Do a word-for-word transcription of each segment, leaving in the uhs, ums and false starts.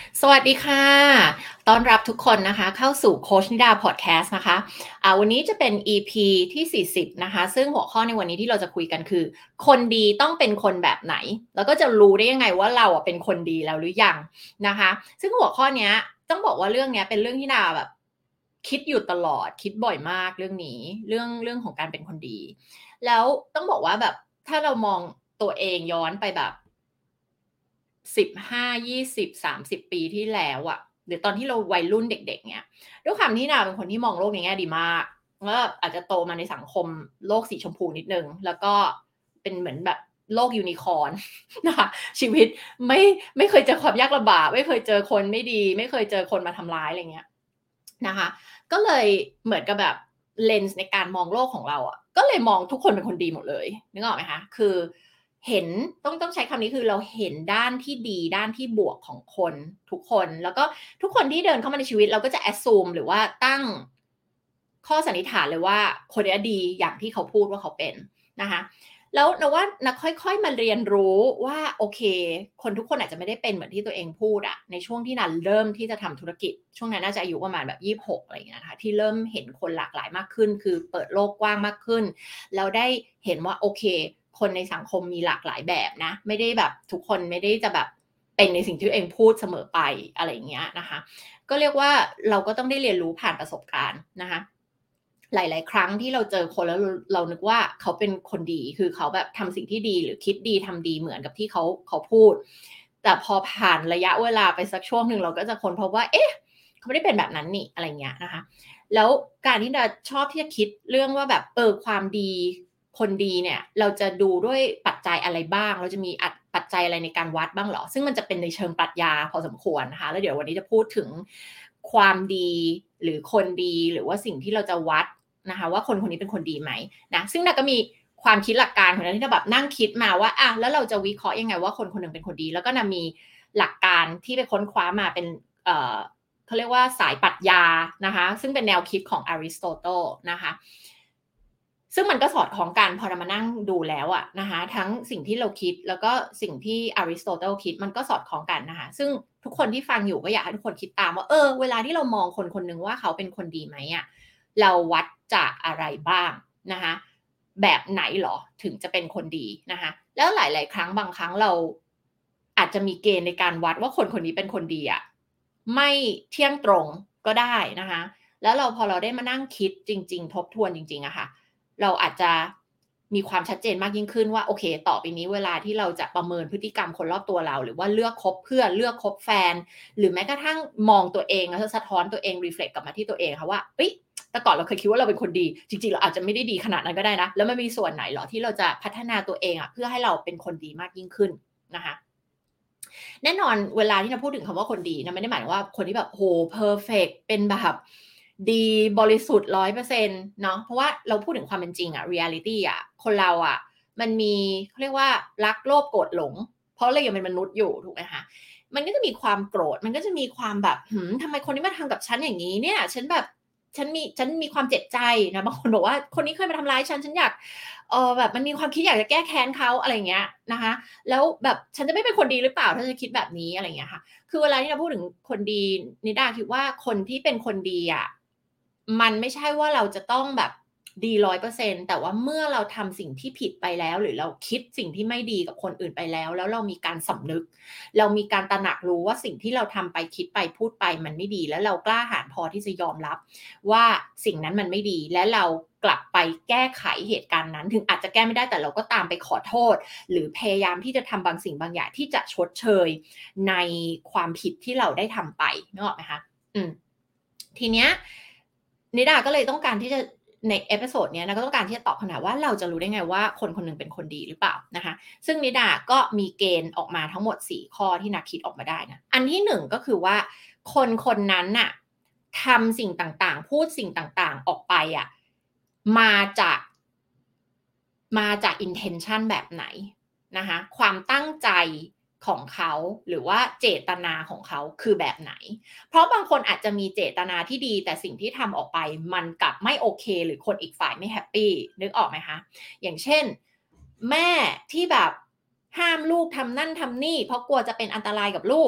สวัสดีค่ะ ต้อนรับทุกคนนะคะเข้าสู่โคชนิดาพอดแคสต์นะคะอ่าวันนี้จะเป็น อี พี ที่ สี่สิบ นะคะ ซึ่งหัวข้อในวันนี้ที่เราจะคุยกันคือ คนดีต้องเป็นคนแบบไหน แล้วก็จะรู้ได้ยังไงว่าเราอะเป็นคนดีแล้วหรือยังนะคะ ซึ่งหัวข้อเนี้ยต้องบอกว่าเรื่องเนี้ยเป็นเรื่องที่ดาแบบคิดอยู่ตลอด คิดบ่อยมากเรื่องนี้ เรื่องเรื่องของการเป็นคนดี แล้วต้องบอกว่าแบบถ้าเรามองตัวเองย้อนไปแบบ สิบห้า ยี่สิบ สามสิบ ปีที่แล้วอะหรือตอนที่เราวัยรุ่นเด็กๆเงี้ยด้วยความที่ดาเป็นคนที่มองโลกในแง่ดีมากแล้วแบบอาจจะโตมาในสังคมโลกสีชมพูนิดหนึ่งแล้วก็เป็นเหมือนแบบโลกยูนิคอร์นนะคะชีวิตไม่ไม่เคยเจอความยากลำบากไม่เคยเจอคนไม่ดีไม่เคยเจอคนมาทำร้ายอะไรเงี้ยนะคะก็เลยเหมือนกับแบบเลนส์ในการมองโลกของเราอะก็เลยมองทุกคนเป็นคนดีหมดเลยนึกออกไหมคะคือเห็นต้องต้องใช้คำนี้คือเราเห็นด้านที่ดีด้านที่บวกของคนทุกคนแล้วก็ทุกคนที่เดินเข้ามาในชีวิตเราก็จะ assume หรือว่าตั้งข้อสันนิษฐานเลยว่าคนนี้ดีอย่างที่เขาพูดว่าเขาเป็นนะคะแล้วเราว่านะค่อยๆมาเรียนรู้ว่าโอเคคนทุกคนอาจจะไม่ได้เป็นเหมือนที่ตัวเองพูดอะในช่วงที่นันเริ่มที่จะทำธุรกิจช่วงนั้นน่าจะอายุประมาณแบบยี่สิบหกอะไรอย่างเงี้ยนะคะที่เริ่มเห็นคนหลากหลายมากขึ้นคือเปิดโลกกว้างมากขึ้นแล้วได้เห็นว่าโอเคคนในสังคมมีหลากหลายแบบนะไม่ได้แบบทุกคนไม่ได้จะแบบเป็นในสิ่งที่ตัวเองพูดเสมอไปอะไรอย่างเงี้ยนะคะก็เรียกว่าเราก็ต้องได้เรียนรู้ผ่านประสบการณ์นะคะหลายๆครั้งที่เราเจอคนแล้วเราเรานึกว่าเขาเป็นคนดีคือเขาแบบทำสิ่งที่ดีหรือคิดดีทำดีเหมือนกับที่เขาเขาพูดแต่พอผ่านระยะเวลาไปสักช่วงหนึ่งเราก็จะค้นพบว่าเอ๊ะเขาไม่ได้เป็นแบบนั้นนี่อะไรเงี้ยนะคะแล้วการที่เราชอบที่จะคิดเรื่องว่าแบบเออความดีคนดีเนี่ยเราจะดูด้วยปัจจัยอะไรบ้างเราจะมีอัดปัจจัยอะไรในการวัดบ้างเหรอซึ่งมันจะเป็นในเชิงปรัชญาพอสมควรนะคะแล้วเดี๋ยววันนี้จะพูดถึงความดีหรือคนดีหรือว่าสิ่งที่เราจะวัดนะคะว่าคนคนนี้เป็นคนดีไหมนะซึ่งเราก็มีความคิดหลักการของเราที่เราแบบนั่งคิดมาว่าอ่ะแล้วเราจะวิเคราะห์ยังไงว่าคนคนหนึ่งเป็นคนดีแล้วก็นำมีหลักการที่ไปค้นคว้ามาเป็นเอ่อเขาเรียกว่าสายปรัชญานะคะซึ่งเป็นแนวคิดของอริสโตเติลนะคะซึ่งมันก็สอดคล้องกันพอเรามานั่งดูแล้วอะนะคะทั้งสิ่งที่เราคิดแล้วก็สิ่งที่อริสโตเติลคิดมันก็สอดคล้องกันนะคะซึ่งทุกคนที่ฟังอยู่ก็อยากให้ทุกคนคิดตามว่าเออเวลาที่เรามองคนคนหนึ่งว่าเขาเป็นคนดีไหมอะเราวัดจากอะไรบ้างนะคะแบบไหนหรอถึงจะเป็นคนดีนะคะแล้วหลายๆครั้งบางครั้งเราอาจจะมีเกณฑ์ในการวัดว่าคนคนนี้เป็นคนดีอะไม่เที่ยงตรงก็ได้นะคะแล้วเราพอเราได้มานั่งคิดจริงๆทบทวนจริงๆอะค่ะ เราอาจจะมีความชัดเจนมากยิ่งขึ้นว่าโอเคต่อไปนี้เวลาที่เราจะประเมินพฤติกรรมคนรอบตัวเราหรือว่าเลือกคบเพื่อนเลือกคบแฟนหรือแม้กระทั่งมองตัวเองแล้วสะท้อนตัวเอง reflect กลับมาที่ตัวเองค่ะว่าเฮ้ยแต่ก่อนเราเคยคิดว่าเราเป็นคนดีจริงๆเราอาจจะไม่ได้ดีขนาดนั้นก็ได้นะแล้วมันมีส่วนไหนเหรอที่เราจะพัฒนาตัวเองอะเพื่อให้เราเป็นคนดีมากยิ่งขึ้นนะคะแน่นอนเวลาที่เราพูดถึงคำว่าคนดีนะไม่ได้หมายว่าคนที่แบบโอ้โฮเพอร์เฟกต์เป็นแบบดีบริสุทธิ์ หนึ่งร้อยเปอร์เซ็นต์ เปอร์เซ็นต์เนาะเพราะว่าเราพูดถึงความเป็นจริงอะ reality อะคนเราอะมันมีเขาเรียกว่ารักโลภโกรธหลงเพราะเรายังเป็นมนุษย์อยู่ถูกไหมคะมันก็จะมีความโกรธมันก็จะมีความแบบหือทำไมคนนี้มาทำกับฉันอย่างงี้เนี่ยฉันแบบฉันมีฉันมีความเจ็บใจนะบางคนบอกว่าคนนี้เคยมาทำร้ายฉันฉันอยากเอ่อแบบมันมีความคิดอยากจะแก้แค้นเขาอะไรอย่างเงี้ยนะคะแล้วแบบฉันจะไม่เป็นคนดีหรือเปล่าถ้าฉันคิดแบบนี้อะไรอย่างเงี้ยค่ะ คือเวลาที่เราพูดถึงคนดีนิดาคิดว่าคนที่เป็นคนดีอะมันไม่ใช่ว่าเราจะต้องแบบดีหนึ่งร้อยเปอร์เซ็นต์แต่ว่าเมื่อเราทำสิ่งที่ผิดไปแล้วหรือเราคิดสิ่งที่ไม่ดีกับคนอื่นไปแล้วแล้วเรามีการสำนึกเรามีการตระหนักรู้ว่าสิ่งที่เราทำไปคิดไปพูดไปมันไม่ดีแล้วเรากล้าหาญพอที่จะยอมรับว่าสิ่งนั้นมันไม่ดีและเรากลับไปแก้ไขเหตุการณ์นั้นถึงอาจจะแก้ไม่ได้แต่เราก็ตามไปขอโทษหรือพยายามที่จะทำบางสิ่งบางอย่างที่จะชดเชย ในความผิดที่เราได้ทำไปนึกออกไหมคะอืมทีเนี้ยนิดาก็เลยต้องการที่จะในเอพิโซดเนี้ยนะก็ต้องการที่จะตอบคำถามว่าเราจะรู้ได้ไงว่าคนคนหนึ่งเป็นคนดีหรือเปล่านะคะซึ่งนิดาก็มีเกณฑ์ออกมาทั้งหมดสี่ข้อที่นักคิดออกมาได้นะอันที่หนึ่งก็คือว่าคนคนนั้นน่ะทำสิ่งต่างๆพูดสิ่งต่างๆออกไปอะมาจาก มาจาก intention แบบไหนนะคะความตั้งใจของเขาหรือว่าเจตนาของเขาคือแบบไหนเพราะบางคนอาจจะมีเจตนาที่ดีแต่สิ่งที่ทำออกไปมันกลับไม่โอเคหรือคนอีกฝ่ายไม่แฮปปีนึกออกไหมคะอย่างเช่นแม่ที่แบบห้ามลูกทำนั่นทำนี่เพราะกลัวจะเป็นอันตรายกับลูก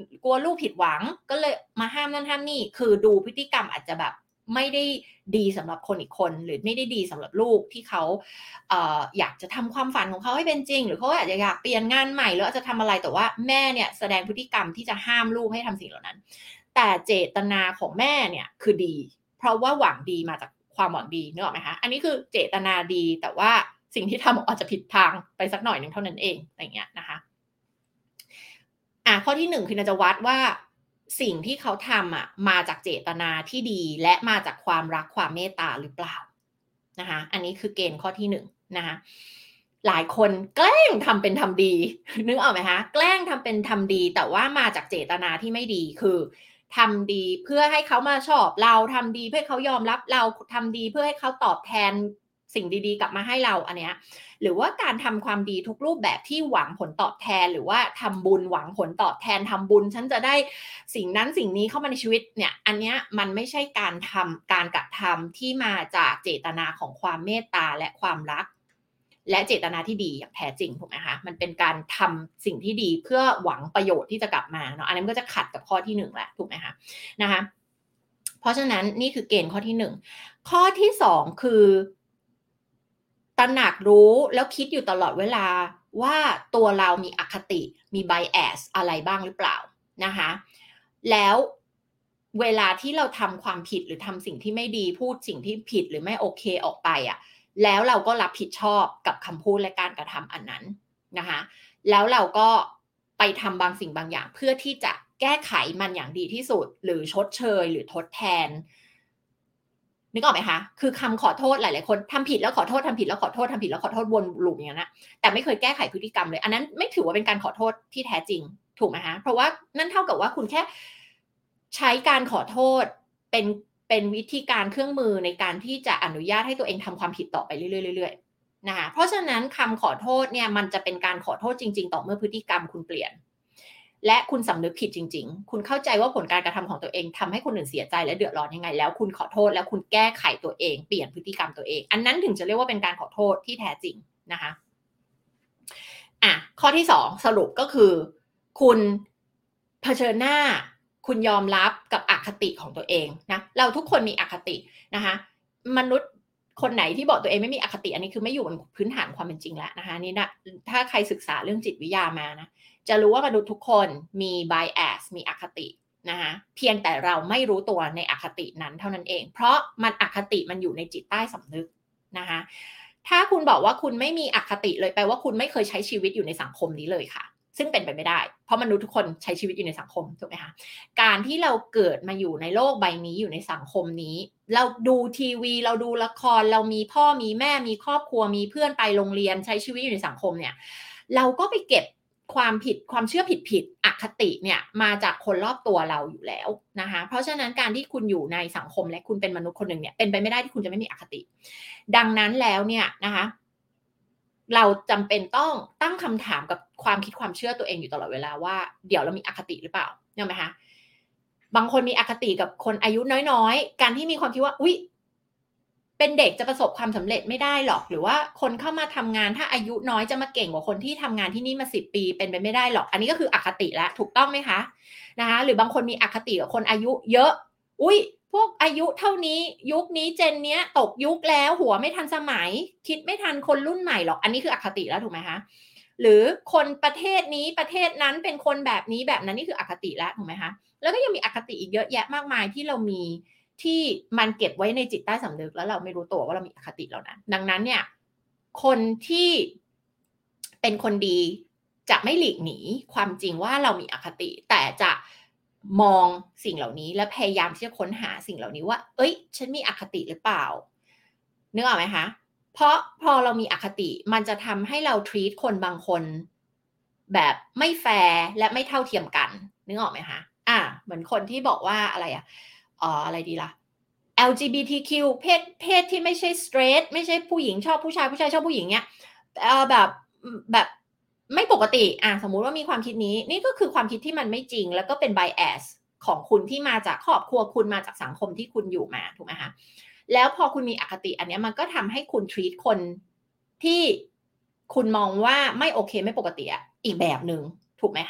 กลัวลูกผิดหวังก็เลยมาห้ามนั่นห้ามนี่คือดูพฤติกรรมอาจจะแบบไม่ได้ดีสำหรับคนอีกคนหรือไม่ได้ดีสำหรับลูกที่เขาเอ่ออยากจะทำความฝันของเขาให้เป็นจริงหรือเขาอาจจะอยากเปลี่ยนงานใหม่หรืออาจจะทำอะไรแต่ว่าแม่เนี่ยแสดงพฤติกรรมที่จะห้ามลูกให้ทำสิ่งเหล่านั้นแต่เจตนาของแม่เนี่ยคือดีเพราะว่าหวังดีมาจากความหวังดีนึกออกไหมคะอันนี้คือเจตนาดีแต่ว่าสิ่งที่ทำอาจจะผิดทางไปสักหน่อยนึงเท่านั้นเองอะไรเงี้ยนะคะอ่ะข้อที่หนึ่งคือเราจะวัดว่าสิ่งที่เขาทำอ่ะมาจากเจตนาที่ดีและมาจากความรักความเมตตาหรือเปล่านะคะอันนี้คือเกณฑ์ข้อที่หนึ่งนะคะหลายคนแกล้งทำเป็นทำดีนึกออกไหมคะแกล้งทำเป็นทำดีแต่ว่ามาจากเจตนาที่ไม่ดีคือทำดีเพื่อให้เขามาชอบเราทำดีเพื่อให้เขายอมรับเราทำดีเพื่อให้เขาตอบแทนสิ่งดีๆกลับมาให้เราอันเนี้ยหรือว่าการทำความดีทุกรูปแบบที่หวังผลตอบแทนหรือว่าทำบุญหวังผลตอบแทนทำบุญฉันจะได้สิ่งนั้นสิ่งนี้เข้ามาในชีวิตเนี่ยอันเนี้ยมันไม่ใช่การทำการกระทำที่มาจากเจตนาของความเมตตาและความรักและเจตนาที่ดีอย่างแท้จริงถูกไหมคะมันเป็นการทำสิ่งที่ดีเพื่อหวังประโยชน์ที่จะกลับมาเนาะอันนี้มันก็จะขัดกับข้อที่หนึ่งแหละถูกไหมคะนะคะเพราะฉะนั้นนี่คือเกณฑ์ข้อที่หนึ่งข้อที่สองคือตระหนักรู้แล้วคิดอยู่ตลอดเวลาว่าตัวเรามีอคติมี bias อะไรบ้างหรือเปล่านะคะแล้วเวลาที่เราทำความผิดหรือทำสิ่งที่ไม่ดีพูดสิ่งที่ผิดหรือไม่โอเคออกไปอ่ะแล้วเราก็รับผิดชอบกับคำพูดและการกระทำอันนั้นนะคะแล้วเราก็ไปทำบางสิ่งบางอย่างเพื่อที่จะแก้ไขมันอย่างดีที่สุดหรือชดเชยหรือทดแทนนึกออกไหมคะคือคำขอโทษหลายๆคนทำผิดแล้วขอโทษทำผิดแล้วขอโทษทำผิดแล้วขอโทษวนลูปอย่างนั้นนะแต่ไม่เคยแก้ไขพฤติกรรมเลยอันนั้นไม่ถือว่าเป็นการขอโทษที่แท้จริงถูกไหมคะเพราะว่านั่นเท่ากับว่าคุณแค่ใช้การขอโทษเป็นเป็นวิธีการเครื่องมือในการที่จะอนุญาตให้ตัวเองทำความผิดต่อไปเรื่อยๆเรื่อยๆนะคะเพราะฉะนั้นคำขอโทษเนี่ยมันจะเป็นการขอโทษจริงๆต่อเมื่อพฤติกรรมคุณเปลี่ยนและคุณสำนึกผิดจริงๆคุณเข้าใจว่าผลการกระทำของตัวเองทำให้คนอื่นเสียใจและเดือดร้อนยังไงแล้วคุณขอโทษแล้วคุณแก้ไขตัวเองเปลี่ยนพฤติกรรมตัวเองอันนั้นถึงจะเรียกว่าเป็นการขอโทษที่แท้จริงนะคะอ่ะข้อที่สองสรุปก็คือคุณเผชิญหน้าคุณยอมรับกับอคติของตัวเองนะเราทุกคนมีอคตินะคะมนุษย์คนไหนที่บอกตัวเองไม่มีอคติอันนี้คือไม่อยู่บนพื้นฐานความเป็นจริงแล้วนะคะนี่นะถ้าใครศึกษาเรื่องจิตวิทยามานะจะรู้ว่ามนุษย์ทุกคนมี bias มีอคตินะคะเพียงแต่เราไม่รู้ตัวในอคตินั้นเท่านั้นเองเพราะมันอคติมันอยู่ในจิตใต้สำนึกนะคะถ้าคุณบอกว่าคุณไม่มีอคติเลยแปลว่าคุณไม่เคยใช้ชีวิตอยู่ในสังคมนี้เลยค่ะซึ่งเป็นไปไม่ได้เพราะมนุษย์ทุกคนใช้ชีวิตอยู่ในสังคมถูกไหมคะการที่เราเกิดมาอยู่ในโลกใบนี้อยู่ในสังคมนี้เราดูทีวีเราดูละครเรามีพ่อมีแม่มีครอบครัวมีเพื่อนไปโรงเรียนใช้ชีวิตอยู่ในสังคมเนี่ยเราก็ไปเก็บความผิดความเชื่อผิดๆอคติเนี่ยมาจากคนรอบตัวเราอยู่แล้วนะคะเพราะฉะนั้นการที่คุณอยู่ในสังคมและคุณเป็นมนุษย์คนหนึ่งเนี่ยเป็นไปไม่ได้ที่คุณจะไม่มีอคติดังนั้นแล้วเนี่ยนะคะเราจำเป็นต้องตั้งคำถามกับความคิดความเชื่อตัวเองอยู่ตลอดเวลาว่าเดี๋ยวเรามีอคติหรือเปล่าเห็นไหมคะบางคนมีอคติกับคนอายุน้อยๆการที่มีความคิดว่าอุ๊ยเป็นเด็กจะประสบความสำเร็จไม่ได้หรอกหรือว่าคนเข้ามาทำงานถ้าอายุน้อยจะมาเก่งกว่าคนที่ทำงานที่นี่มาสิบปีเป็นไปไม่ได้หรอกอันนี้ก็คืออคติแล้วถูกต้องไหมคะนะคะหรือบางคนมีอคติกับคนอายุเยอะอุ๊ยพวกอายุเท่านี้ยุคนี้เจนเนี้ยตกยุคแล้วหัวไม่ทันสมัยคิดไม่ทันคนรุ่นใหม่หรอกอันนี้คืออคติแล้วถูกไหมคะหรือคนประเทศนี้ประเทศนั้นเป็นคนแบบนี้แบบนั้นนี่คืออคติแล้วถูกไหมคะแล้วก็ยังมีอคติอีกเยอะแยะมากมายที่เรามีที่มันเก็บไว้ในจิตใต้สำนึกแล้วเราไม่รู้ตัวว่าเรามีอคติเหล่านั้นดังนั้นเนี่ยคนที่เป็นคนดีจะไม่หลีกหนีความจริงว่าเรามีอคติแต่จะมองสิ่งเหล่านี้และพยายามที่จะค้นหาสิ่งเหล่านี้ว่าเอ้ยฉันมีอคติหรือเปล่านึกออกไหมคะเพราะพอเรามีอคติมันจะทำให้เรา treat คนบางคนแบบไม่แฟร์และไม่เท่าเทียมกันนึกออกไหมคะอ่ะเหมือนคนที่บอกว่าอะไรอะเอ่ออะไรดีล่ะ แอล จี บี ที คิว เพศเพศที่ไม่ใช่ straight ไม่ใช่ผู้หญิงชอบผู้ชายผู้ชายชอบผู้หญิงเนี้ยเอ่อแบบแบบไม่ปกติอ่ะสมมุติว่ามีความคิดนี้นี่ก็คือความคิดที่มันไม่จริงแล้วก็เป็น bias ของคุณที่มาจากครอบครัวคุณมาจากสังคมที่คุณอยู่มาถูกไหมคะแล้วพอคุณมีอคติอันนี้มันก็ทำให้คุณ treat คนที่คุณมองว่าไม่โอเคไม่ปกติอ่ะอีกแบบนึงถูกไหมคะอั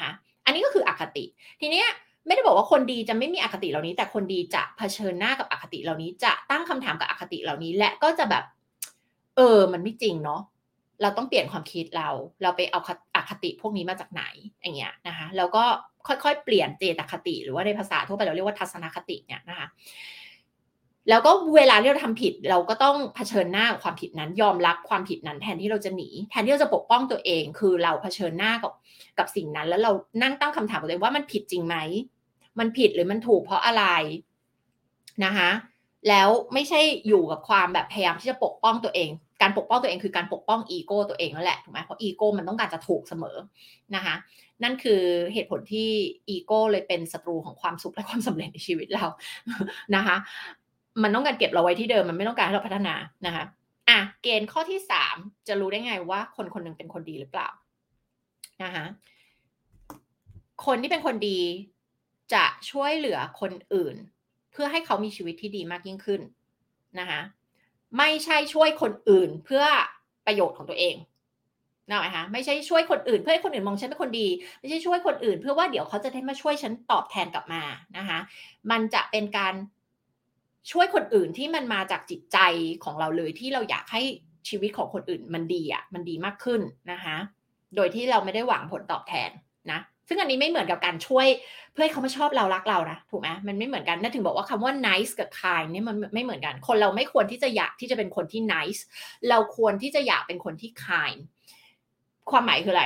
นนี้ก็คืออคติทีเนี้ยไม่ได้บอกว่าคนดีจะไม่มีอคติเหล่านี้แต่คนดีจะเผชิญหน้ากับอคติเหล่านี้จะตั้งคำถามกับอคติเหล่านี้และก็จะแบบเออมันไม่จริงเนาะเราต้องเปลี่ยนความคิดเราเราไปเอาอคติพวกนี้มาจากไหนอย่างเงี้ยนะคะแล้วก็ค่อยๆเปลี่ยนเจตคติหรือว่าในภาษาทั่วไปเราเรียกว่าทัศนคติเนี่ยนะคะแล้วก็เวลาที่เราทำผิดเราก็ต้องเผชิญหน้ากับความผิดนั้นยอมรับความผิดนั้นแทนที่เราจะหนีแทนที่เราจะปกป้องตัวเองคือเราเผชิญหน้ากับกับสิ่งนั้นแล้วเรานั่งตั้งคำถามกับตัวเองว่ามันผิดจริงไหมมันผิดหรือมันถูกเพราะอะไรนะคะแล้วไม่ใช่อยู่กับความแบบพยายามที่จะปกป้องตัวเองการปกป้องตัวเองคือการปกป้องอีโก้ตัวเองนั่นแหละถูกไหมเพราะอีโก้มันต้องการจะถูกเสมอนะคะนั่นคือเหตุผลที่อีโก้เลยเป็นศัตรูของความสุขและความสำเร็จในชีวิตเรานะคะมันต้องการเก็บเราไว้ที่เดิมมันไม่ต้องการให้เราพัฒนานะคะอ่ะเกณฑ์ข้อที่สามจะรู้ได้ไงว่าคนคนหนึ่งเป็นคนดีหรือเปล่านะคะคนที่เป็นคนดีจะช่วยเหลือคนอื่นเพื่อให้เขามีชีวิตที่ดีมากยิ่งขึ้นนะคะไม่ใช่ช่วยคนอื่นเพื่อประโยชน์ของตัวเองนึกออกไหมคะไม่ใช่ช่วยคนอื่นเพื่อให้คนอื่นมองฉันเป็นคนดีไม่ใช่ช่วยคนอื่นเพื่อว่าเดี๋ยวเขาจะได้มาช่วยฉันตอบแทนกลับมานะคะมันจะเป็นการช่วยคนอื่นที่มันมาจากจิตใจของเราเลยที่เราอยากให้ชีวิตของคนอื่นมันดีอ่ะมันดีมากขึ้นนะคะโดยที่เราไม่ได้หวังผลตอบแทนนะซึ่งอันนี้ไม่เหมือนกับการช่วยเพื่อให้เขามาชอบเรารักเรานะถูกไหมมันไม่เหมือนกันนั่นถึงบอกว่าคำว่า nice กับ kind เนี่ยมันไม่เหมือนกันคนเราไม่ควรที่จะอยากที่จะเป็นคนที่ nice เราควรที่จะอยากเป็นคนที่ kind ความหมายคืออะไร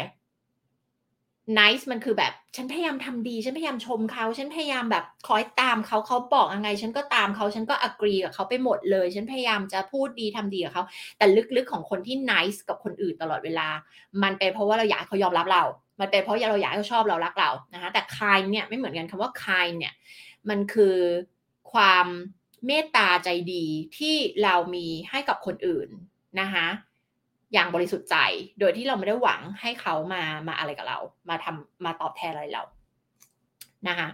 nice มันคือแบบฉันพยายามทำดีฉันพยายามชมเขาฉันพยายามแบบคอยตามเขาเขาบอกยังไงฉันก็ตามเขาฉันก็ agree กับเขาไปหมดเลยฉันพยายามจะพูดดีทำดีกับเขาแต่ลึกๆของคนที่ nice กับคนอื่นตลอดเวลามันเป็นเพราะว่าเราอยากให้เขายอมรับเรามันเป็นเพราะเราอยากให้เขาชอบเรารักเรานะคะแต่ kind เนี่ยไม่เหมือนกันคำว่า kind เนี่ยมันคือความเมตตาใจดีที่เรามีให้กับคนอื่นนะคะอย่างบริสุทธิ์ใจโดยที่เราไม่ได้หวังให้เขามามาอะไรกับเรามาทำมาตอบแทนอะไรเรานะคะ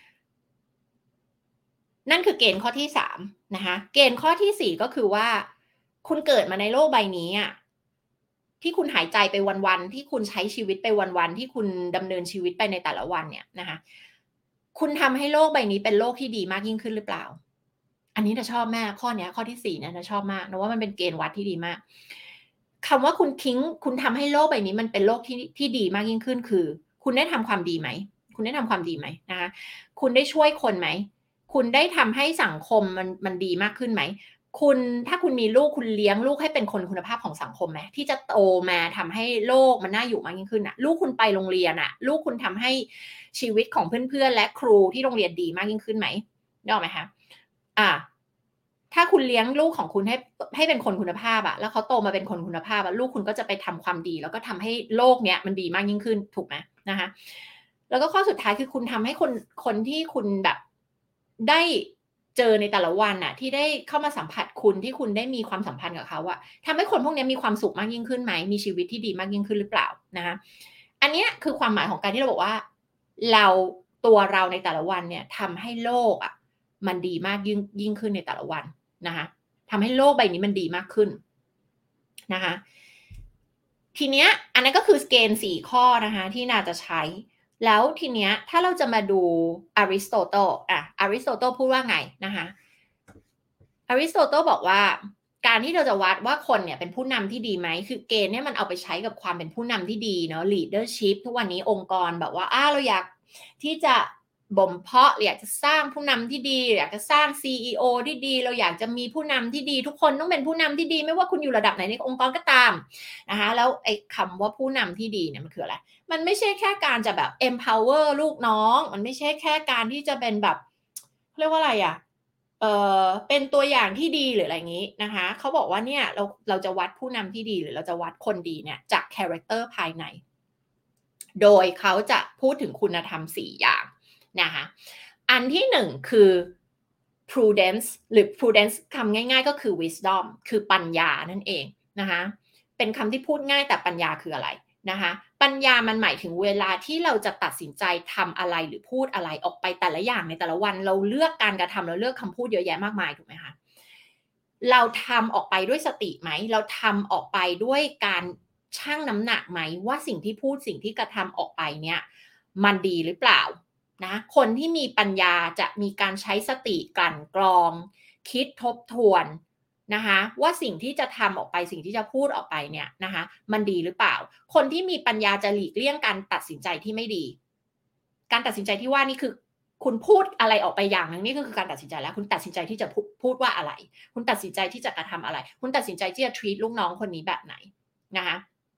นั่นคือเกณฑ์ข้อที่สามนะคะเกณฑ์ข้อที่สี่ก็คือว่าคุณเกิดมาในโลกใบนี้อ่ะที่คุณหายใจไปวันๆที่คุณใช้ชีวิตไปวันๆที่คุณดำเนินชีวิตไปในแต่ละวันเนี่ยนะคะคุณทำให้โลกใบนี้เป็นโลกที่ดีมากยิ่งขึ้นหรือเปล่าอันนี้นะชอบมากข้อนี้ข้อที่สี่เนี่ยนะชอบมากนะว่ามันเป็นเกณฑ์วัดที่ดีมากคำว่าคุณทิ้งคุณทำให้โลกใบนี้มันเป็นโลกที่ที่ดีมากยิ่งขึ้นคือคุณได้ทำความดีไหมคุณได้ทำความดีไหมนะคะคุณได้ช่วยคนไหมคุณได้ทำให้สังคมมันมันดีมากขึ้นไหมคุณถ้าคุณมีลูกคุณเลี้ยงลูกให้เป็นคนคุณภาพของสังคมไหมที่จะโตมาทำให้โลกมันน่าอยู่มากยิ่งขึ้นอ่ะลูกคุณไปโรงเรียนอ่ะลูกคุณทำให้ชีวิตของเพื่อนๆและครูที่โรงเรียนดีมากยิ่งขึ้นไหมได้ไหมคะอ่าถ้าคุณเลี้ยงลูกของคุณให้ให้เป็นคนคุณภาพอะแล้วเขาโตมาเป็นคนคุณภาพอะลูกคุณก็จะไปทำความดีแล้วก็ทำให้โลกเนี้ยมันดีมากยิ่งขึ้นถูกไหมนะคะแล้วก็ข้อสุดท้ายคือคุณทำให้คนคนที่คุณแบบได้เจอในแต่ละวันน่ะที่ได้เข้ามาสัมผัสคุณที่คุณได้มีความสัมพันธ์กับเขาอะทำให้คนพวกนี้มีความสุขมากยิ่งขึ้นไหมมีชีวิตที่ดีมากยิ่งขึ้นหรือเปล่านะคะอันนี้คือความหมายของการที่เราบอกว่าเราตัวเราในแต่ละวันเนี่ยทำให้โลกอะมันดีมากยิ่งยิ่งขึ้นในแต่ละวันนะคะทำให้โลกใบนี้มันดีมากขึ้นนะคะทีเนี้ยอันนั้นก็คือเกณฑ์สี่ข้อนะคะที่น่าจะใช้แล้วทีเนี้ยถ้าเราจะมาดูอริสโตเติลอ่ะอริสโตเติลพูดว่าไงนะคะอริสโตเติลบอกว่าการที่เราจะวัดว่าคนเนี่ยเป็นผู้นำที่ดีไหมคือเกณฑ์เนี่ยมันเอาไปใช้กับความเป็นผู้นำที่ดีเนาะ leadership ทุกวันนี้องค์กรแบบว่าอ้าเราอยากที่จะบ่มเพาะอยากจะสร้างผู้นำที่ดีอยากจะสร้าง ซี อี โอ ที่ดีเราอยากจะมีผู้นำที่ดีทุกคนต้องเป็นผู้นำที่ดีไม่ว่าคุณอยู่ระดับไหนในองค์กรก็ตามนะคะแล้วไอ้คำว่าผู้นำที่ดีเนี่ยมันคืออะไรมันไม่ใช่แค่การจะแบบ empower ลูกน้องมันไม่ใช่แค่การที่จะเป็นแบบเรียกว่าอะไรอะเอ่อเป็นตัวอย่างที่ดีหรืออะไรอย่างงี้นะคะเขาบอกว่าเนี่ยเราเราจะวัดผู้นำที่ดีหรือเราจะวัดคนดีเนี่ยจากคาแรคเตอร์ภายในโดยเขาจะพูดถึงคุณธรรมสี่อย่างนะคะอันที่หนึ่งคือ prudence หรือ prudence คำง่ายๆก็คือ wisdom คือปัญญานั่นเองนะคะเป็นคำที่พูดง่ายแต่ปัญญาคืออะไรนะคะปัญญามันหมายถึงเวลาที่เราจะตัดสินใจทำอะไรหรือพูดอะไรออกไปแต่ละอย่างในแต่ละวันเราเลือกการกระทำเราเลือกคำพูดเยอะแยะมากมายถูกไหมคะเราทำออกไปด้วยสติไหมเราทำออกไปด้วยการชั่งน้ำหนักไหมว่าสิ่งที่พูดสิ่งที่กระทำออกไปเนี่ยมันดีหรือเปล่านะคนที่มีปัญญาจะมีการใช้สติกลั่นกรองคิดทบทวนนะคะว่าสิ่งที่จะทำออกไปสิ่งที่จะพูดออกไปเนี่ยนะคะมันดีหรือเปล่าคนที่มีปัญญาจะหลีกเลี่ยงการตัดสินใจที่ไม่ดีการตัดสินใจที่ว่านี่คือคุณพูดอะไรออกไปอย่างนึงนี่ก็คือการตัดสินใจแล้วคุณตัดสินใจที่จะพูดว่าอะไรคุณตัดสินใจที่จะกระทำอะไรคุณตัดสินใจที่จะ treat ลูกน้องคนนี้แบบไหนนะคะ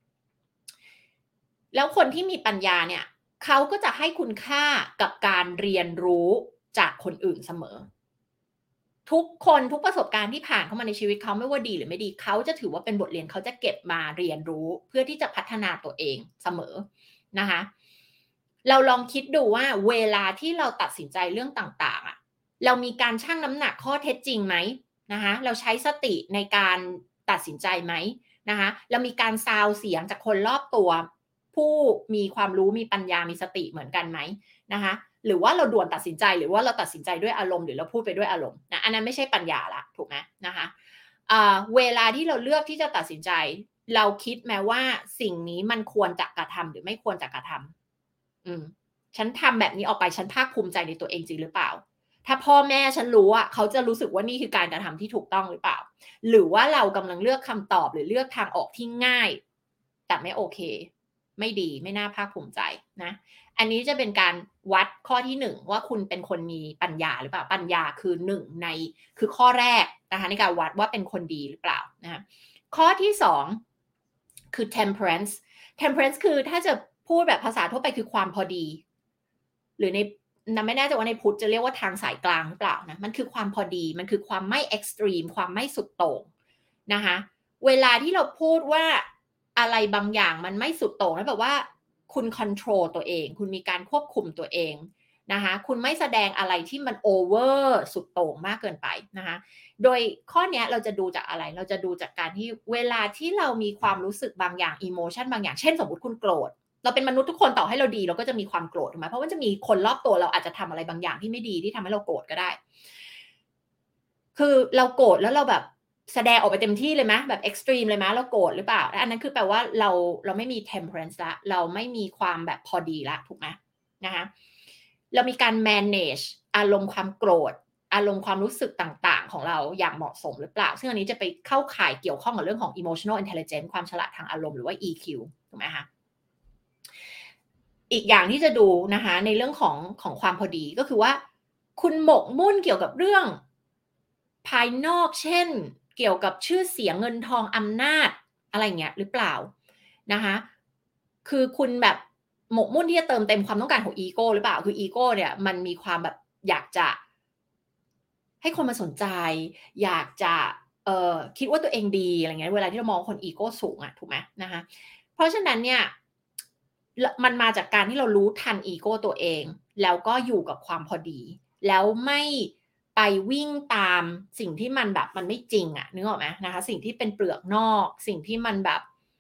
แล้วคนที่มีปัญญาเนี่ยเขาก็จะให้คุณค่ากับการเรียนรู้จากคนอื่นเสมอทุกคนทุกประสบการณ์ที่ผ่านเข้ามาในชีวิตเขาไม่ว่าดีหรือไม่ดีเขาจะถือว่าเป็นบทเรียนเขาจะเก็บมาเรียนรู้เพื่อที่จะพัฒนาตัวเองเสมอนะคะเราลองคิดดูว่าเวลาที่เราตัดสินใจเรื่องต่างๆอะเรามีการชั่งน้ำหนักข้อเท็จจริงไหมนะคะเราใช้สติในการตัดสินใจไหมนะคะเรามีการซาวเสียงจากคนรอบตัวผู้มีความรู้มีปัญญามีสติเหมือนกันไหมนะคะหรือว่าเราด่วนตัดสินใจหรือว่าเราตัดสินใจด้วยอารมณ์หรือเราพูดไปด้วยอารมณ์นะอันนั้นไม่ใช่ปัญญาละถูกไหมนะคะเวลาที่เราเลือกที่จะตัดสินใจเราคิดแม้ว่าสิ่งนี้มันควรจะกระทำหรือไม่ควรจะกระทำอืมฉันทำแบบนี้ออกไปฉันภาคภูมิใจในตัวเองจริงหรือเปล่าถ้าพ่อแม่ฉันรู้อ่ะเขาจะรู้สึกว่านี่คือการกระทำที่ถูกต้องหรือเปล่าหรือว่าเรากำลังเลือกคำตอบหรือเลือกทางออกที่ง่ายแต่ไม่โอเคไม่ดีไม่น่าภาคภูมิใจนะอันนี้จะเป็นการวัดข้อที่หนึ่งว่าคุณเป็นคนมีปัญญาหรือเปล่าปัญญาคือหนึ่งในคือข้อแรกนะคะในการวัดว่าเป็นคนดีหรือเปล่านะคะข้อที่สองคือ temperance temperance คือถ้าจะพูดแบบภาษาทั่วไปคือความพอดีหรือในนะไม่แน่ใจว่าในพุทธจะเรียกว่าทางสายกลางหรือเปล่านะมันคือความพอดีมันคือความไม่ extreme ความไม่สุดโต่งนะคะเวลาที่เราพูดว่าอะไรบางอย่างมันไม่สุดโต่งนั่นแปลว่าคุณคอนโทรลตัวเองคุณมีการควบคุมตัวเองนะคะคุณไม่แสดงอะไรที่มันโอเวอร์สุดโต่งมากเกินไปนะคะโดยข้อนี้เราจะดูจากอะไรเราจะดูจากการที่เวลาที่เรามีความรู้สึกบางอย่างอิโมชันบางอย่างเช่นสมมติคุณโกรธเราเป็นมนุษย์ทุกคนต่อให้เราดีเราก็จะมีความโกรธถูกไหมเพราะว่าจะมีคนรอบตัวเราอาจจะทำอะไรบางอย่างที่ไม่ดีที่ทำให้เราโกรธก็ได้คือเราโกรธแล้วเราแบบแสดงออกไปเต็มที่เลยไหมแบบเอ็กซ์ตรีมเลยไหมเราโกรธหรือเปล่าอันนั้นคือแปลว่าเราเราไม่มี temperance ละเราไม่มีความแบบพอดีละถูกไหมนะคะเรามีการ manage อารมณ์ความโกรธอารมณ์ความรู้สึกต่างๆของเราอย่างเหมาะสมหรือเปล่าซึ่งอันนี้จะไปเข้าข่ายเกี่ยวข้องกับเรื่องของ emotional intelligence ความฉลาดทางอารมณ์หรือว่า อี คิว ถูกไหมคะอีกอย่างที่จะดูนะคะในเรื่องของของความพอดีก็คือว่าคุณหมกมุ่นเกี่ยวกับเรื่องภายนอกเช่นเกี่ยวกับชื่อเสียงเงินทองอำนาจอะไรเงี้ยหรือเปล่านะคะคือคุณแบบหมกมุ่นที่จะเติมเต็มความต้องการของอีโก้หรือเปล่าคืออีโก้เนี่ยมันมีความแบบอยากจะให้คนมาสนใจอยากจะเอ่อคิดว่าตัวเองดีอะไรเงี้ยเวลาที่เรามองคนอีโก้สูงอะถูกไหมนะคะเพราะฉะนั้นเนี่ยมันมาจากการที่เรารู้ทันอีโก้ตัวเองแล้วก็อยู่กับความพอดีแล้วไม่ไปวิ่งตามสิ่งที่มันแบบมันไม่จริงอะนึกออกไหมนะคะสิ่งที่เป็นเปลือกนอกสิ่งที่มันแบบ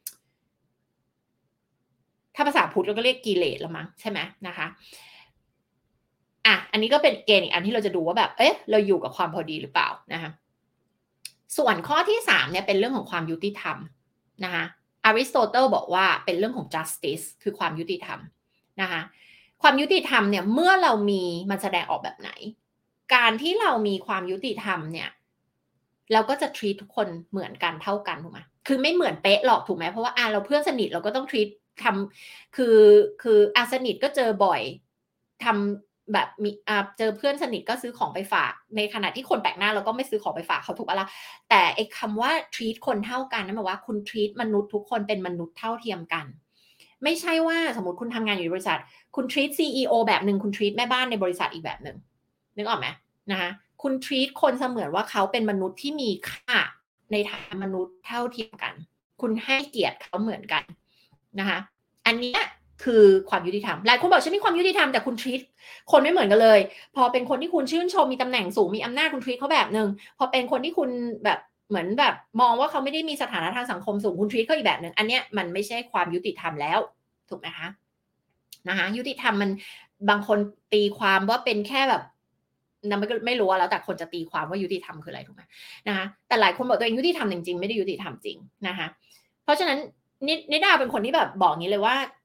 ถ้าภาษาพุทธเราก็เรียกกิเลสละมั้งใช่ไหมนะคะอ่ะอันนี้ก็เป็นเกณฑ์อีกอันที่เราจะดูว่าแบบเอ๊ะเราอยู่กับความพอดีหรือเปล่านะคะส่วนข้อที่สามเนี่ยเป็นเรื่องของความยุติธรรมนะคะอริสโตเติลบอกว่าเป็นเรื่องของ justice คือความยุติธรรมนะคะความยุติธรรมเนี่ยเมื่อเรามีมันแสดงออกแบบไหนการที่เรามีความยุติธรรมเนี่ยเราก็จะ treat ทุกคนเหมือนกันเท่ากันถูกไหมคือไม่เหมือนเป๊ะหรอกถูกไหมเพราะว่าอ่ะเราเพื่อนสนิทเราก็ต้อง treat ทำคือคืออาสนิทก็เจอบ่อยทำแบบมีอ่าเจอเพื่อนสนิทก็ซื้อของไปฝากในขณะที่คนแปลกหน้าเราก็ไม่ซื้อของไปฝากเขาถูกปะล่ะแต่ไอ้คำว่า treat คนเท่ากันนั่นหมายว่าคุณ treat มนุษย์ทุกคนเป็นมนุษย์เท่าเทียมกันไม่ใช่ว่าสมมติคุณทำงานอยู่ในบริษัทคุณ treat ซี อี โอ แบบหนึ่งคุณ treat แม่บ้านในบริษัทอีกแบบหนึ่งนึกออกไหมนะคะคุณ treat คนเสมือนว่าเขาเป็นมนุษย์ที่มีค่าในฐานะมนุษย์เท่าเทียมกันคุณให้เกียรติเขาเหมือนกันนะคะอันนี้คือความยุติธรรมหลายคนบอกฉันมีความยุติธรรมแต่คุณ treat คนไม่เหมือนกันเลยพอเป็นคนที่คุณชื่นชมมีตำแหน่งสูงมีอำนาจคุณ treat เขาแบบนึงพอเป็นคนที่คุณแบบเหมือนแบบมองว่าเขาไม่ได้มีสถานะทางสังคมสูงคุณ treat เขาอีกแบบนึงอันเนี้ยมันไม่ใช่ความยุติธรรมแล้วถูกไหมคะนะคะยุติธรรมมันบางคนตีความว่าเป็นแค่แบบนะไม่ไม่รู้แล้วแต่คนจะตีความว่ายุติธรรมคืออะไรถูกไหมนะคะแต่หลายคนบอกตัวเองยุติธรรมจริงๆไม่ได้ยุติธรรมจริงนะคะเพราะฉะนั้นนิดนิดาเป็นคนที่แบบบอกงี้เลยว่า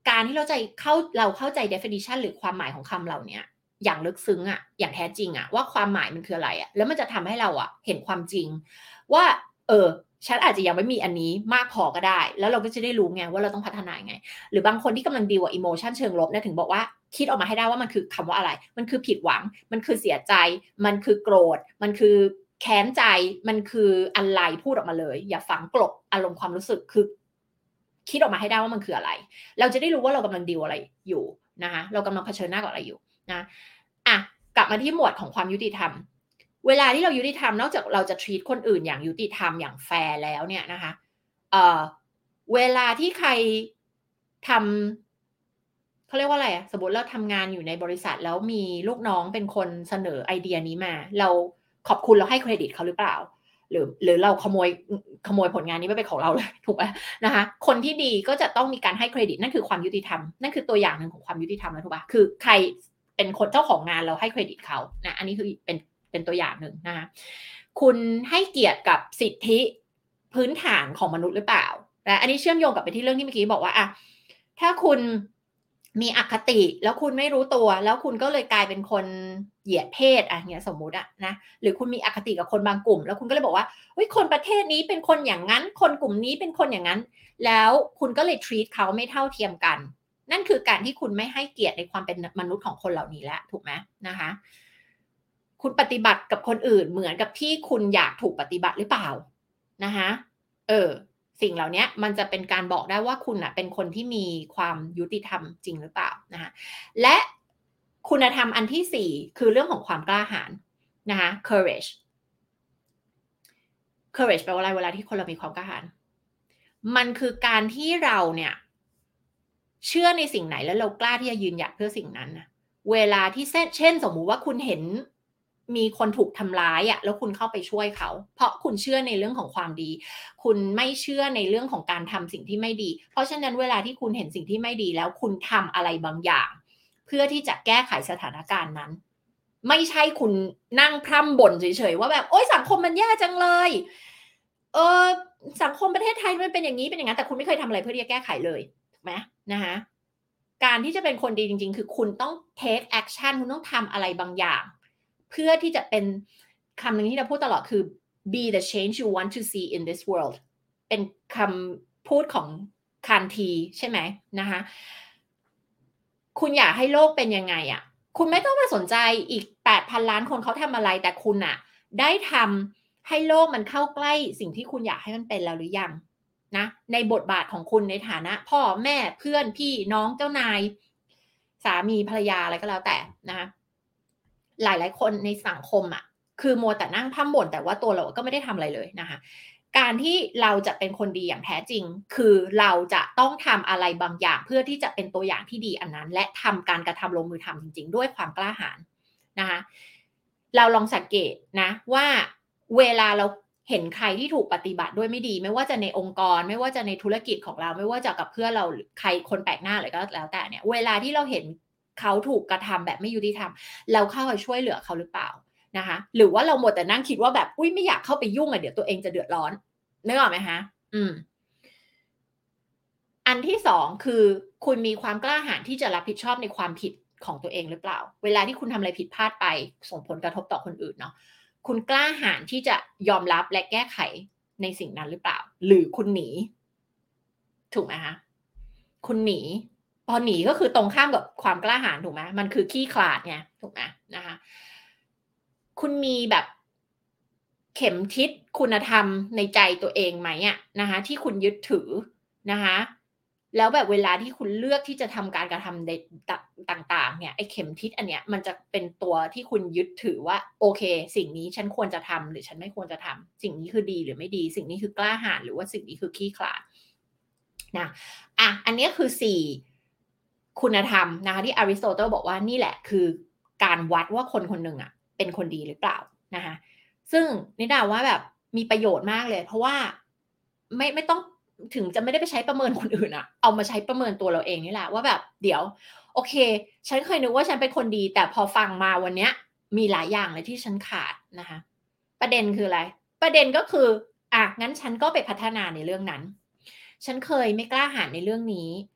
การที่เราใจเข้าเราเข้าใจ definition หรือความหมายของคำเหล่าเนี้ยอย่างลึกซึ้งอะอย่างแท้จริงอะว่าความหมายมันคืออะไรอะแล้วมันจะทำให้เราอะเห็นความจริงว่าเออฉันอาจจะยังไม่มีอันนี้มากพอก็ได้แล้วเราก็จะได้รู้ไงว่าเราต้องพัฒนายังไงหรือบางคนที่กำลังดีลกับ emotion เชิงลบเนี่ยถึงบอกว่าคิดออกมาให้ได้ว่ามันคือคำว่าอะไรมันคือผิดหวังมันคือเสียใจมันคือโกรธมันคือแค้นใจมันคืออะไรพูดออกมาเลยอย่าฝังกลบอารมณ์ความรู้สึกคือคิดออกมาให้ได้ว่ามันคืออะไรเราจะได้รู้ว่าเรากำลังดีลอะไรอยู่นะคะเรากำลังเผชิญหน้ากับอะไรอยู่นะอ่ะกลับมาที่หมวดของความยุติธรรมเวลาที่เรายุติธรรมนอกจากเราจะ treat คนอื่นอย่างยุติธรรมอย่างแฟร์แล้วเนี่ยนะคะเอ่อเวลาที่ใครทำเขาเรียกว่าอะไรอะสมมติเราทำงานอยู่ในบริษัทแล้วมีลูกน้องเป็นคนเสนอไอเดียนี้มาเราขอบคุณเราให้เครดิตเขาหรือเปล่าหรือหรือเราขโมยขโมยผลงานนี้ไม่เป็นของเราเลยถูกไหมนะคะคนที่ดีก็จะต้องมีการให้เครดิตนั่นคือความยุติธรรมนั่นคือตัวอย่างหนึ่งของความยุติธรรมนะถูกปะคือใครเป็นคนเจ้าของงานเราให้เครดิตเขานะอันนี้คือเป็นเป็นตัวอย่างหนึ่งนะคะคุณให้เกียรติกับสิทธิพื้นฐานของมนุษย์หรือเปล่าและอันนี้เชื่อมโยงกับไปที่เรื่องที่เมื่อกี้บอกว่าอะถ้าคุณมีอคติแล้วคุณไม่รู้ตัวแล้วคุณก็เลยกลายเป็นคนเหยียดเพศอะเงี้ยสมมุติอะนะหรือคุณมีอคติกับคนบางกลุ่มแล้วคุณก็เลยบอกว่าเฮ้ยคนประเทศนี้เป็นคนอย่างนั้นคนกลุ่มนี้เป็นคนอย่างนั้นแล้วคุณก็เลย treat เขาไม่เท่าเทียมกันนั่นคือการที่คุณไม่ให้เกียรติในความเป็นมนุษย์ของคนเหล่านี้แล้วถูกไหมนะคะคุณปฏิบัติกับคนอื่นเหมือนกับที่คุณอยากถูกปฏิบัติหรือเปล่านะคะเออสิ่งเหล่านี้มันจะเป็นการบอกได้ว่าคุณเป็นคนที่มีความยุติธรรมจริงหรือเปล่านะคะและคุณธรรมอันที่สี่คือเรื่องของความกล้าหาญนะคะ courage courage แปลว่าอะไรเวลาที่คนเรามีความกล้าหาญมันคือการที่เราเนี่ยเชื่อในสิ่งไหนแล้วเรากล้าที่จะยืนหยัดเพื่อสิ่งนั้นนะเวลาที่เช่นสมมุติว่าคุณเห็นมีคนถูกทำร้ายอะแล้วคุณเข้าไปช่วยเขาเพราะคุณเชื่อในเรื่องของความดีคุณไม่เชื่อในเรื่องของการทำสิ่งที่ไม่ดีเพราะฉะนั้นเวลาที่คุณเห็นสิ่งที่ไม่ดีแล้วคุณทำอะไรบางอย่างเพื่อที่จะแก้ไขสถานการณ์นั้นไม่ใช่คุณนั่งพร่ำบ่นเฉยๆว่าแบบโอ๊ยสังคมมันแย่จังเลยเออสังคมประเทศไทยมันเป็นอย่างนี้เป็นอย่างนั้นแต่คุณไม่เคยทำอะไรเพื่อที่จะแก้ไขเลยถูกไหมนะคะการที่จะเป็นคนดีจริงๆคือคุณต้อง take action คุณต้องทำอะไรบางอย่างเพื่อที่จะเป็นคำหนึ่งที่เราพูดตลอดคือ be the change you want to see in this world เป็นคำพูดของคานทีใช่ไหมนะคะคุณอยากให้โลกเป็นยังไงอะคุณไม่ต้องมาสนใจอีก แปดพัน ล้านคนเขาทำอะไรแต่คุณอะได้ทำให้โลกมันเข้าใกล้สิ่งที่คุณอยากให้มันเป็นแล้วหรือยังนะในบทบาทของคุณในฐานะพ่อแม่เพื่อนพี่น้องเจ้านายสามีภรรยาอะไรก็แล้วแต่นะคะหลายๆคนในสังคมอะคือมัวแต่นั่งพร่ำบ่นแต่ว่าตัวเราก็ไม่ได้ทำอะไรเลยนะคะการที่เราจะเป็นคนดีอย่างแท้จริงคือเราจะต้องทำอะไรบางอย่างเพื่อที่จะเป็นตัวอย่างที่ดีอันนั้นและทำการกระทำลงมือทำจริงๆด้วยความกล้าหาญนะคะเราลองสังเกตนะว่าเวลาเราเห็นใครที่ถูกปฏิบัติด้วยไม่ดีไม่ว่าจะในองค์กรไม่ว่าจะในธุรกิจของเราไม่ว่าจะกับเพื่อนเราหรือใครคนแปลกหน้าอะไรก็แล้วแต่เนี่ยเวลาที่เราเห็นเขาถูกกระทำแบบไม่ยุติธรรมเราเข้าไปช่วยเหลือเขาหรือเปล่านะคะหรือว่าเราหมดแต่นั่งคิดว่าแบบอุ้ยไม่อยากเข้าไปยุ่งอ่ะเดี๋ยวตัวเองจะเดือดร้อนนึกออกไหมคะอืมอันที่สองคือคุณมีความกล้าหาญที่จะรับผิดชอบในความผิดของตัวเองหรือเปล่าเวลาที่คุณทำอะไรผิดพลาดไปส่งผลกระทบต่อคนอื่นเนาะคุณกล้าหาญที่จะยอมรับและแก้ไขในสิ่งนั้นหรือเปล่าหรือคุณหนีถูกไหมคะคุณหนีพอหนีก็คือตรงข้ามกับความกล้าหาญถูกไหมมันคือขี้ขลาดไงถูกไหมนะคะคุณมีแบบเข็มทิศคุณธรรมในใจตัวเองไหมอะนะคะที่คุณยึดถือนะคะแล้วแบบเวลาที่คุณเลือกที่จะทำการกระทำในต่างๆเนี่ยไอ้เข็มทิศอันเนี้ยมันจะเป็นตัวที่คุณยึดถือว่าโอเคสิ่งนี้ฉันควรจะทำหรือฉันไม่ควรจะทำสิ่งนี้คือดีหรือไม่ดีสิ่งนี้คือกล้าหาญหรือว่าสิ่งนี้คือขี้ขลาดนะอ่ะอันนี้คือสี่คุณธรรมนะคะที่อริสโตเติลบอกว่านี่แหละคือการวัดว่าคนคนหนึ่งอ่ะเป็นคนดีหรือเปล่านะคะซึ่งนิดาว่าแบบมีประโยชน์มากเลยเพราะว่าไม่ไม่ต้องถึงจะไม่ได้ไปใช้ประเมินคนอื่นอะเอามาใช้ประเมินตัวเราเองนี่แหละว่าแบบเดี๋ยวโอเคฉันเคยนึกว่าฉันเป็นคนดีแต่พอฟังมาวันเนี้ยมีหลายอย่างเลยที่ฉันขาดนะคะประเด็นคืออะไรประเด็นก็คืออ่ะงั้นฉันก็ไปพัฒนาในเรื่องนั้นฉันเคยไม่กล้าหาญในเรื่องนี้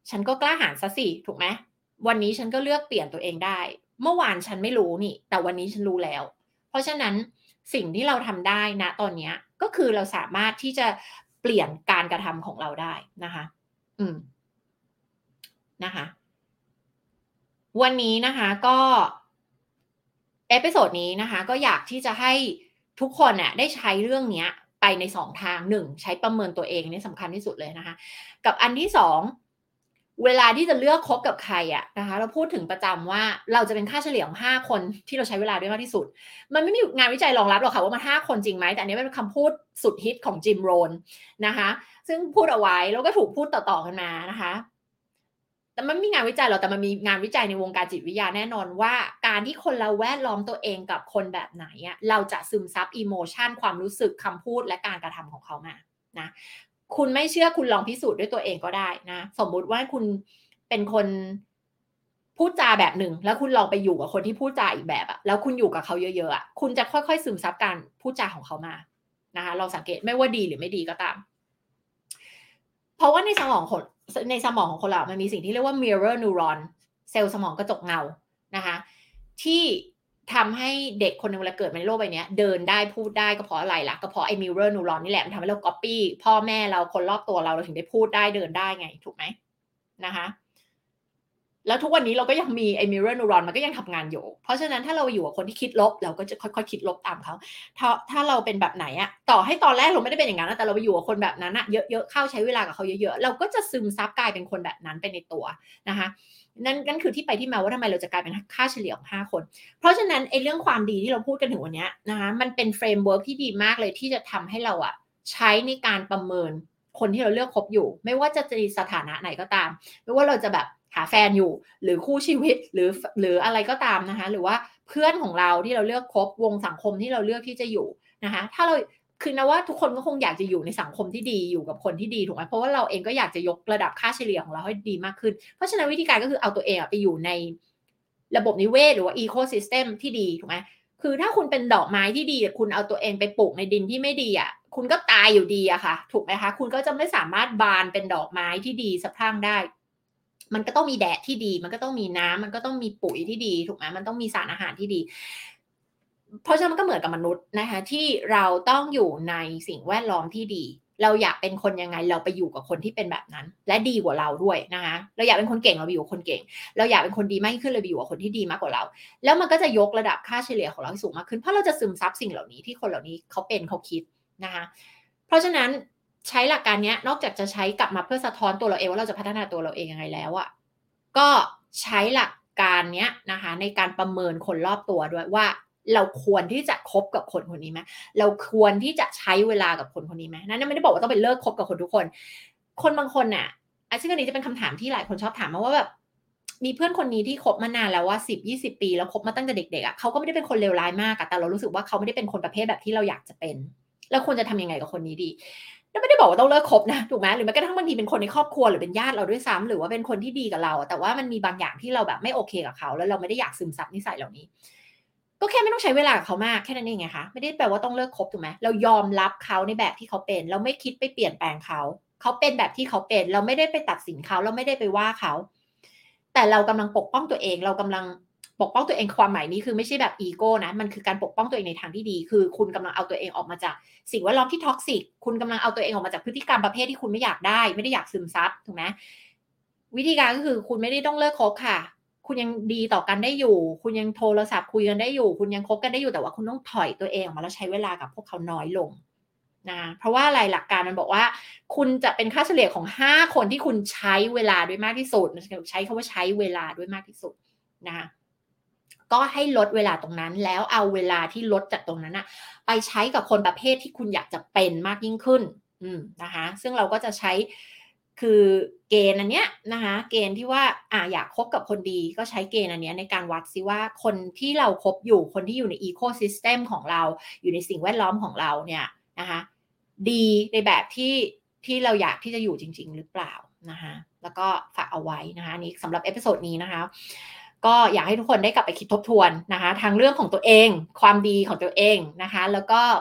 ฉันก็กล้าหาญซะสิถูกไหมวันนี้ฉันก็เลือกเปลี่ยนตัวเองได้เมื่อวานฉันไม่รู้นี่แต่วันนี้ฉันรู้แล้วเพราะฉะนั้นสิ่งที่เราทำได้ณตอนนี้ก็คือเราสามารถที่จะเปลี่ยนการกระทำของเราได้นะคะอืมนะคะวันนี้นะคะก็เอพิโซดนี้นะคะก็อยากที่จะให้ทุกคนน่ะได้ใช้เรื่องเนี้ยไปในสองทางหนึ่งใช้ประเมินตัวเองนี่สำคัญที่สุดเลยนะคะกับอันที่สองเวลาที่จะเลือกคบกับใครอะนะคะเราพูดถึงประจำว่าเราจะเป็นค่าเฉลี่ยของห้าคนที่เราใช้เวลาด้วยมากที่สุดมันไม่มีงานวิจัยรองรับหรอกค่ะว่ามันห้าคนจริงไหมแต่อันนี้เป็นคำพูดสุดฮิตของจิมโรนนะคะซึ่งพูดเอาไว้แล้วก็ถูกพูดต่อๆกันมานะคะแต่มันไม่มีงานวิจัยหรอกแต่มันมีงานวิจัยในวงการจิตวิทยาแน่นอนว่าการที่คนเราแวดล้อมตัวเองกับคนแบบไหนอะเราจะซึมซับ emotion ความรู้สึกคำพูดและการกระทำของเขามานะคุณไม่เชื่อคุณลองพิสูจน์ด้วยตัวเองก็ได้นะสมมุติว่าคุณเป็นคนพูดจาแบบหนึ่งแล้วคุณลองไปอยู่กับคนที่พูดจาอีกแบบอะแล้วคุณอยู่กับเขาเยอะๆอะคุณจะค่อยๆซึมซับการพูดจาของเขามานะคะลองสังเกตไม่ว่าดีหรือไม่ดีก็ตามเพราะว่าในสมองของในสมองของคนเรามันมีสิ่งที่เรียกว่า mirror neuron เซลล์สมองกระจกเงานะคะที่ทำให้เด็กคนหนึ่งเวลาเกิดมาในโลกใบนี้เดินได้พูดได้ก็เพราะอะไรล่ะก็เพราะไอ้ mirror neuron นี่แหละมันทำให้เรา copy พ่อแม่เราคนรอบตัวเราเราถึงได้พูดได้เดินได้ไงถูกไหมนะคะแล้วทุกวันนี้เราก็ยังมีไอ้ mirror neuron มันก็ยังทำงานอยู่เพราะฉะนั้นถ้าเราอยู่กับคนที่คิดลบเราก็จะค่อยๆคิดลบตามเขาถ้าถ้าเราเป็นแบบไหนอะต่อให้ตอนแรกเราไม่ได้เป็นอย่างนั้นแต่เราไปอยู่กับคนแบบนั้นอะเยอะๆเข้าใช้เวลากับเขาเยอะๆเราก็จะซึมซับกลายเป็นคนแบบนั้นไปในตัวนะคะนั่นนั่นคือที่ไปที่มาว่าทำไมเราจะกลายเป็นค่าเฉลี่ยของห้าคนเพราะฉะนั้นไอ้เรื่องความดีที่เราพูดกันถึงวันนี้นะคะมันเป็นเฟรมเวิร์กที่ดีมากเลยที่จะทำให้เราอะใช้ในการประเมินคนที่เราเลือกคบอยู่ไม่ว่าจะในสถานะไหนก็ตามไม่ว่าเราจะแบบหาแฟนอยู่หรือคู่ชีวิตหรือหรืออะไรก็ตามนะคะหรือว่าเพื่อนของเราที่เราเลือกคบวงสังคมที่เราเลือกที่จะอยู่นะคะถ้าเราคือนะว่าทุกคนก็คงอยากจะอยู่ในสังคมที่ดีอยู่กับคนที่ดีถูกไหมเพราะว่าเราเองก็อยากจะยกระดับค่าเฉลี่ยของเราให้ดีมากขึ้นเพราะฉะนั้นวิธีการก็คือเอาตัวเองไปอยู่ในระบบนิเวศหรือว่าอีโคซิสเต็มที่ดีถูกไหมคือถ้าคุณเป็นดอกไม้ที่ดีคุณเอาตัวเองไปปลูกในดินที่ไม่ดีอ่ะคุณก็ตายอยู่ดีอะค่ะถูกไหมคะคุณก็จะไม่สามารถบานเป็นดอกไม้ที่ดีสะพรั่งได้มันก็ต้องมีแดดที่ดีมันก็ต้องมีน้ำมันก็ต้องมีปุ๋ยที่ดีถูกไหมมันต้องมีสารอาหารที่ดีเพราะฉะนั้นมันก็เหมือนกับมนุษย์นะคะที่เราต้องอยู่ในสิ่งแวดล้อมที่ดีเราอยากเป็นคนยังไงเราไปอยู่กับคนที่เป็นแบบนั้นและดีกว่าเราด้วยนะคะเราอยากเป็นคนเก่งเราไปอยู่กับคนเก่งเราอยากเป็นคนดีมากขึ้นเราไปอยู่กับคนที่ดีมากกว่าเราแล้วมันก็จะยกระดับค่าเฉลี่ยของเราให้สูงมากขึ้นเพราะเราจะซึมซับสิ่งเหล่านี้ที่คนเหล่านี้เขาเป็นเขาคิดนะคะเพราะฉะนั้นใช้หลักการนี้นอกจากจะใช้กลับมาเพื่อสะท้อนตัวเราเองว่าเราจะพัฒนาตัวเราเองยังไงแล้วอะก็ใช้หลักการนี้นะคะในการประเมินคนรอบตัวด้วยว่าเราควรที่จะคบกับคนคนนี้ไหมเราควรที่จะใช้เวลากับคนคนนี้ไหมนั่นไม่ได้บอกว่าต้องไปเลิกคบกับคนทุกคนคนบางคนน่ะอันซึ่งอันนี้จะเป็นคำถามที่หลายคนชอบถามมาว่าแบบมีเพื่อนคนนี้ที่คบมานานแล้วว่าสิบ ยี่สิบปีแล้วคบมาตั้งแต่เด็กๆอะเขาก็ไม่ได้เป็นคนเลวร้ายมากอะแต่เรารู้สึกว่าเขาไม่ได้เป็นคนประเภทแบบที่เราอยากจะเป็นแล้วควรจะทำยังไงกับคนนี้ดีแล้วไม่ได้บอกว่าต้องเลิกคบนะถูกไหมหรือแม้กระทั่งบางทีเป็นคนในครอบครัวหรือเป็นญาติเราด้วยซ้ำหรือว่าเป็นคนที่ดีกับเราแต่ว่ามันมีบางอย่างที่เราแบบไม่โอเคกับเขาแล้วเราไม่ได้อยากซึมซับนิสัยเหล่านี้ก็แค่ไม่ต้องใช้เวลากับเขามากแค่นั้นเองไงคะไม่ได้แปลว่าต้องเลิกคบถูกไหมเรายอมรับเขาในแบบที่เขาเป็นเราไม่คิดไปเปลี่ยนแปลงเขาเขาเป็นแบบที่เขาเป็นเราไม่ได้ไปตัดสินเขาเราไม่ได้ไปว่าเขาแต่เรากำลังปกป้องตัวเองเรากำลังปกป้องตัวเองความหมายนี้คือไม่ใช่แบบอีโก้นะมันคือการปกป้องตัวเองในทางที่ดีคือคุณกำลังเอาตัวเองออกมาจากสิ่งแวดล้อมที่ท็อกซิกคุณกำลังเอาตัวเองออกมาจากพฤติกรรมประเภทที่คุณไม่อยากได้ไม่ได้อยากซึมซับถูกไหมวิธีการก็คือคุณไม่ได้ต้องเลิกคบค่ะคุณยังดีต่อกันได้อยู่คุณยังโทรศัพท์คุยกันได้อยู่คุณยังคบกันได้อยู่แต่ว่าคุณต้องถอยตัวเองออกมาแล้วใช้เวลากับพวกเขาน้อยลงนะเพราะว่าอะไรหลักการมันบอกว่าคุณจะเป็นค่าเฉลี่ยของห้าคนที่คุณใช้เวลาด้วยมากที่สุดใช้คำว่าใช้เวลาด้วยมากที่สุดนะคะก็ให้ลดเวลาตรงนั้นแล้วเอาเวลาที่ลดจากตรงนั้นนะไปใช้กับคนประเภทที่คุณอยากจะเป็นมากยิ่งขึ้นอืมนะคะซึ่งเราก็จะใช้คือเกณฑ์อันเนี้ยนะคะเกณฑ์ที่ว่าอ่าอยากคบกับคนดีก็ใช้เกณฑ์อันเนี้ยในการวัดซิว่าคนที่เราคบอยู่คนที่อยู่ในอีโคซิสเต็มของเราอยู่ในสิ่งแวดล้อมของเราเนี่ยนะคะดีในแบบที่ที่เราอยากที่จะอยู่จริงๆหรือเปล่านะคะแล้วก็ฝากเอาไว้นะคะอันนี้สำหรับเอพิโซดนี้นะคะก็อยากให้ทุกคนได้กลับไปคิดทบทวนนะคะทางเรื่องของตัวเองความดีของตัวเองนะคะแล้วก็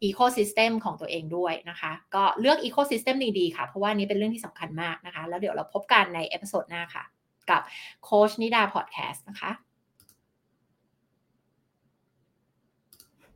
ecosystem ของตัวเองด้วยนะคะก็เลือก ecosystem ดีๆค่ะเพราะว่านี้เป็นเรื่องที่สำคัญมากนะคะแล้วเดี๋ยวเราพบกันในเอพิโซดหน้าค่ะกับโค้ชนิดาพอดแคสต์นะคะ